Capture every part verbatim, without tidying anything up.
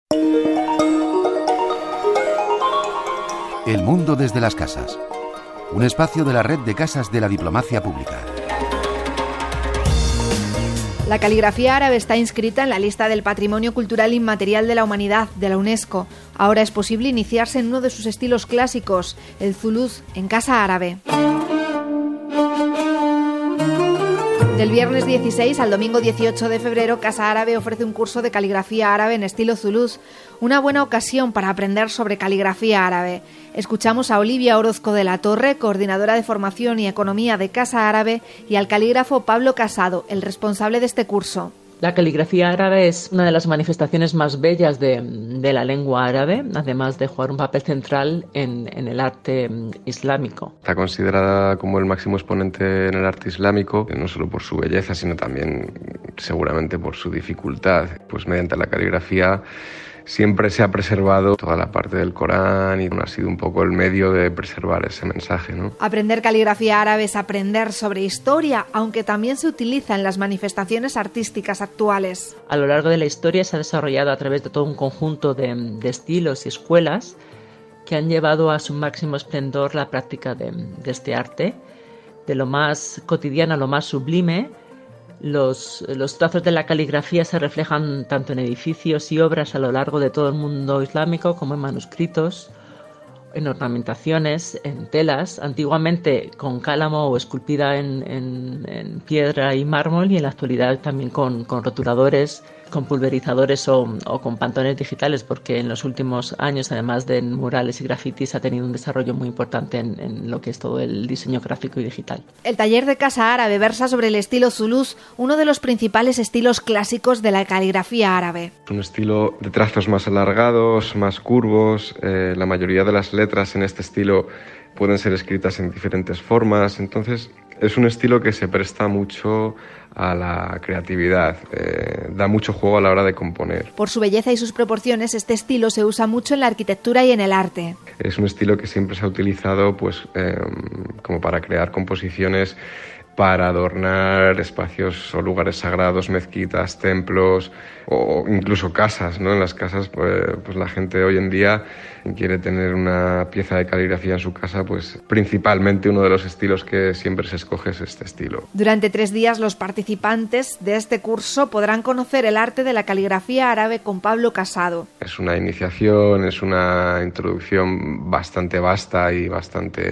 El mundo desde las casas. Un espacio de la red de casas de la diplomacia pública. La caligrafía árabe está inscrita en la lista del Patrimonio Cultural Inmaterial de la Humanidad de la UNESCO. Ahora es posible iniciarse en uno de sus estilos clásicos, el zuluz, en Casa Árabe. Del viernes dieciséis al domingo dieciocho de febrero, Casa Árabe ofrece un curso de caligrafía árabe en estilo zuluz, una buena ocasión para aprender sobre caligrafía árabe. Escuchamos a Olivia Orozco de la Torre, coordinadora de formación y economía de Casa Árabe, y al calígrafo Pablo Casado, el responsable de este curso. La caligrafía árabe es una de las manifestaciones más bellas de, de la lengua árabe, además de jugar un papel central en, en el arte islámico. Está considerada como el máximo exponente en el arte islámico, no solo por su belleza, sino también seguramente por su dificultad. Pues mediante la caligrafía siempre se ha preservado toda la parte del Corán y ha sido un poco el medio de preservar ese mensaje, ¿no? Aprender caligrafía árabe es aprender sobre historia, aunque también se utiliza en las manifestaciones artísticas actuales. A lo largo de la historia se ha desarrollado a través de todo un conjunto de, de estilos y escuelas que han llevado a su máximo esplendor la práctica de, de este arte, de lo más cotidiano a lo más sublime. Los, los trazos de la caligrafía se reflejan tanto en edificios y obras a lo largo de todo el mundo islámico como en manuscritos, en ornamentaciones, en telas, antiguamente con cálamo o esculpida en, en, en piedra y mármol, y en la actualidad también con, con rotuladores, con pulverizadores o, o con pantones digitales, porque en los últimos años, además de murales y grafitis, ha tenido un desarrollo muy importante en, en lo que es todo el diseño gráfico y digital. El taller de Casa Árabe versa sobre el estilo zuluz, uno de los principales estilos clásicos de la caligrafía árabe. Es un estilo de trazos más alargados, más curvos. Eh, la mayoría de las letras en este estilo pueden ser escritas en diferentes formas, entonces es un estilo que se presta mucho a la creatividad, eh, da mucho juego a la hora de componer. Por su belleza y sus proporciones, este estilo se usa mucho en la arquitectura y en el arte. Es un estilo que siempre se ha utilizado pues, eh, como para crear composiciones para adornar espacios o lugares sagrados, mezquitas, templos o incluso casas, ¿no? En las casas, pues, pues la gente hoy en día quiere tener una pieza de caligrafía en su casa, pues principalmente uno de los estilos que siempre se escoge es este estilo. Durante tres días los participantes de este curso podrán conocer el arte de la caligrafía árabe con Pablo Casado. Es una iniciación, es una introducción bastante vasta y bastante...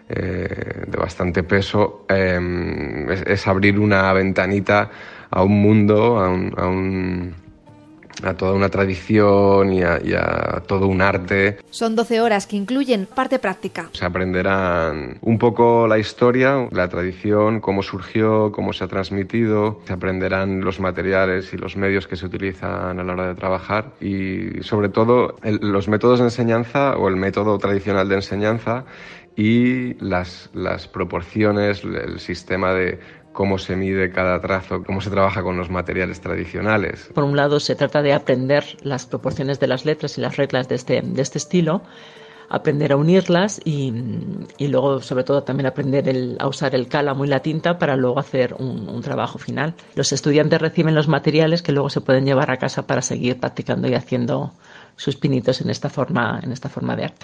Eh, de bastante peso, eh, es, es abrir una ventanita a un mundo, a, un, a, un, a toda una tradición y a, y a todo un arte. Son doce horas que incluyen parte práctica. Se aprenderán un poco la historia, la tradición, cómo surgió, cómo se ha transmitido, se aprenderán los materiales y los medios que se utilizan a la hora de trabajar y sobre todo el, los métodos de enseñanza o el método tradicional de enseñanza y las, las proporciones, el sistema de cómo se mide cada trazo, cómo se trabaja con los materiales tradicionales. Por un lado, se trata de aprender las proporciones de las letras y las reglas de este, de este estilo, aprender a unirlas y, y luego, sobre todo, también aprender el, a usar el cálamo y la tinta para luego hacer un, un trabajo final. Los estudiantes reciben los materiales que luego se pueden llevar a casa para seguir practicando y haciendo sus pinitos en esta forma, en esta forma de arte.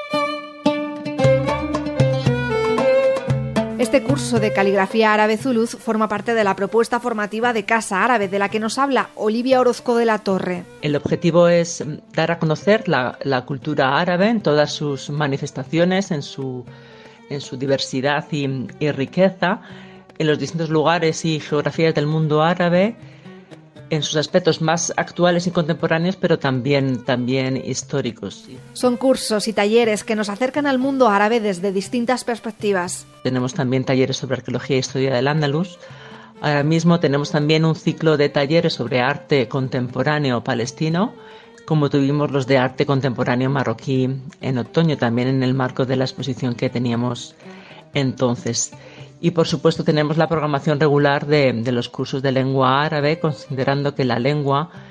Este curso de caligrafía árabe zuluz forma parte de la propuesta formativa de Casa Árabe, de la que nos habla Olivia Orozco de la Torre. El objetivo es dar a conocer la, la cultura árabe en todas sus manifestaciones, en su, en su diversidad y, y riqueza, en los distintos lugares y geografías del mundo árabe, en sus aspectos más actuales y contemporáneos, pero también, también históricos. Son cursos y talleres que nos acercan al mundo árabe desde distintas perspectivas. Tenemos también talleres sobre arqueología e historia del Andalus. Ahora mismo tenemos también un ciclo de talleres sobre arte contemporáneo palestino, como tuvimos los de arte contemporáneo marroquí en otoño, también en el marco de la exposición que teníamos entonces. Y por supuesto tenemos la programación regular de, de los cursos de lengua árabe, considerando que la lengua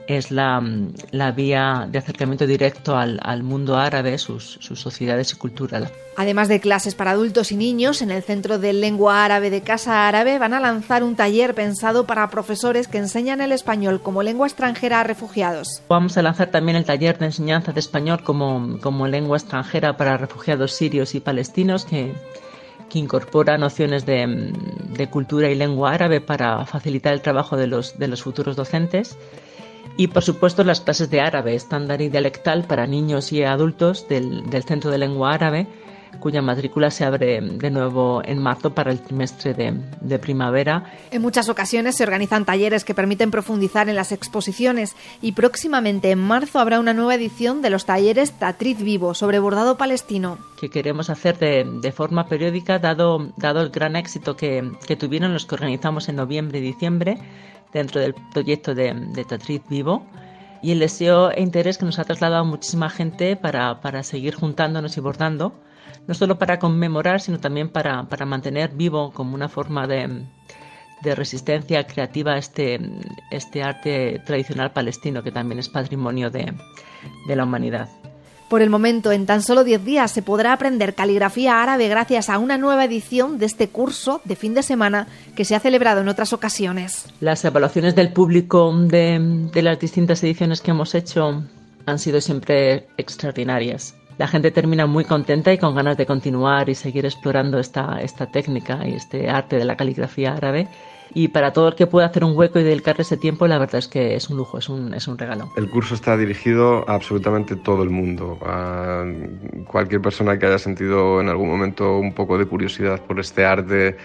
es la, la vía de acercamiento directo al, al mundo árabe, sus, sus sociedades y cultura. Además de clases para adultos y niños, en el Centro de Lengua Árabe de Casa Árabe van a lanzar un taller pensado para profesores que enseñan el español como lengua extranjera a refugiados. Vamos a lanzar también el taller de enseñanza de español como, como lengua extranjera para refugiados sirios y palestinos, que, que incorpora nociones de, de cultura y lengua árabe para facilitar el trabajo de los, de los futuros docentes. Y, por supuesto, las clases de árabe estándar y dialectal para niños y adultos del, del Centro de Lengua Árabe, cuya matrícula se abre de nuevo en marzo para el trimestre de, de primavera. En muchas ocasiones se organizan talleres que permiten profundizar en las exposiciones y próximamente en marzo habrá una nueva edición de los talleres Tatrit Vivo sobre bordado palestino. Que queremos hacer de, de forma periódica, dado, dado el gran éxito que, que tuvieron los que organizamos en noviembre y diciembre dentro del proyecto de, de Tatrit Vivo, y el deseo e interés que nos ha trasladado muchísima gente para, para seguir juntándonos y bordando, no solo para conmemorar, sino también para, para mantener vivo como una forma de, de resistencia creativa a este, este arte tradicional palestino, que también es patrimonio de, de la humanidad. Por el momento, en tan solo diez días se podrá aprender caligrafía árabe gracias a una nueva edición de este curso de fin de semana que se ha celebrado en otras ocasiones. Las evaluaciones del público de, de las distintas ediciones que hemos hecho han sido siempre extraordinarias. La gente termina muy contenta y con ganas de continuar y seguir explorando esta, esta técnica y este arte de la caligrafía árabe. Y para todo el que pueda hacer un hueco y dedicarle ese tiempo, la verdad es que es un lujo, es un, es un regalo. El curso está dirigido a absolutamente todo el mundo, a cualquier persona que haya sentido en algún momento un poco de curiosidad por este arte,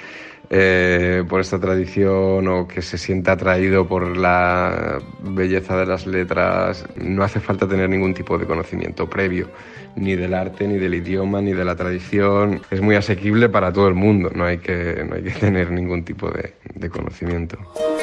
eh, por esta tradición, o que se sienta atraído por la belleza de las letras. No hace falta tener ningún tipo de conocimiento previo, ni del arte, ni del idioma, ni de la tradición. Es muy asequible para todo el mundo, no hay que, no hay que tener ningún tipo de, de conocimiento.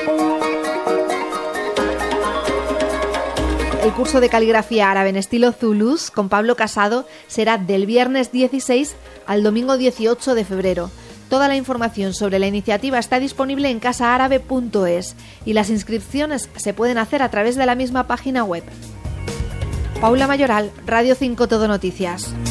El curso de caligrafía árabe en estilo zulús con Pablo Casado será del viernes dieciséis al domingo dieciocho de febrero. Toda la información sobre la iniciativa está disponible en casa árabe punto es y las inscripciones se pueden hacer a través de la misma página web. Paula Mayoral, Radio cinco Todo Noticias.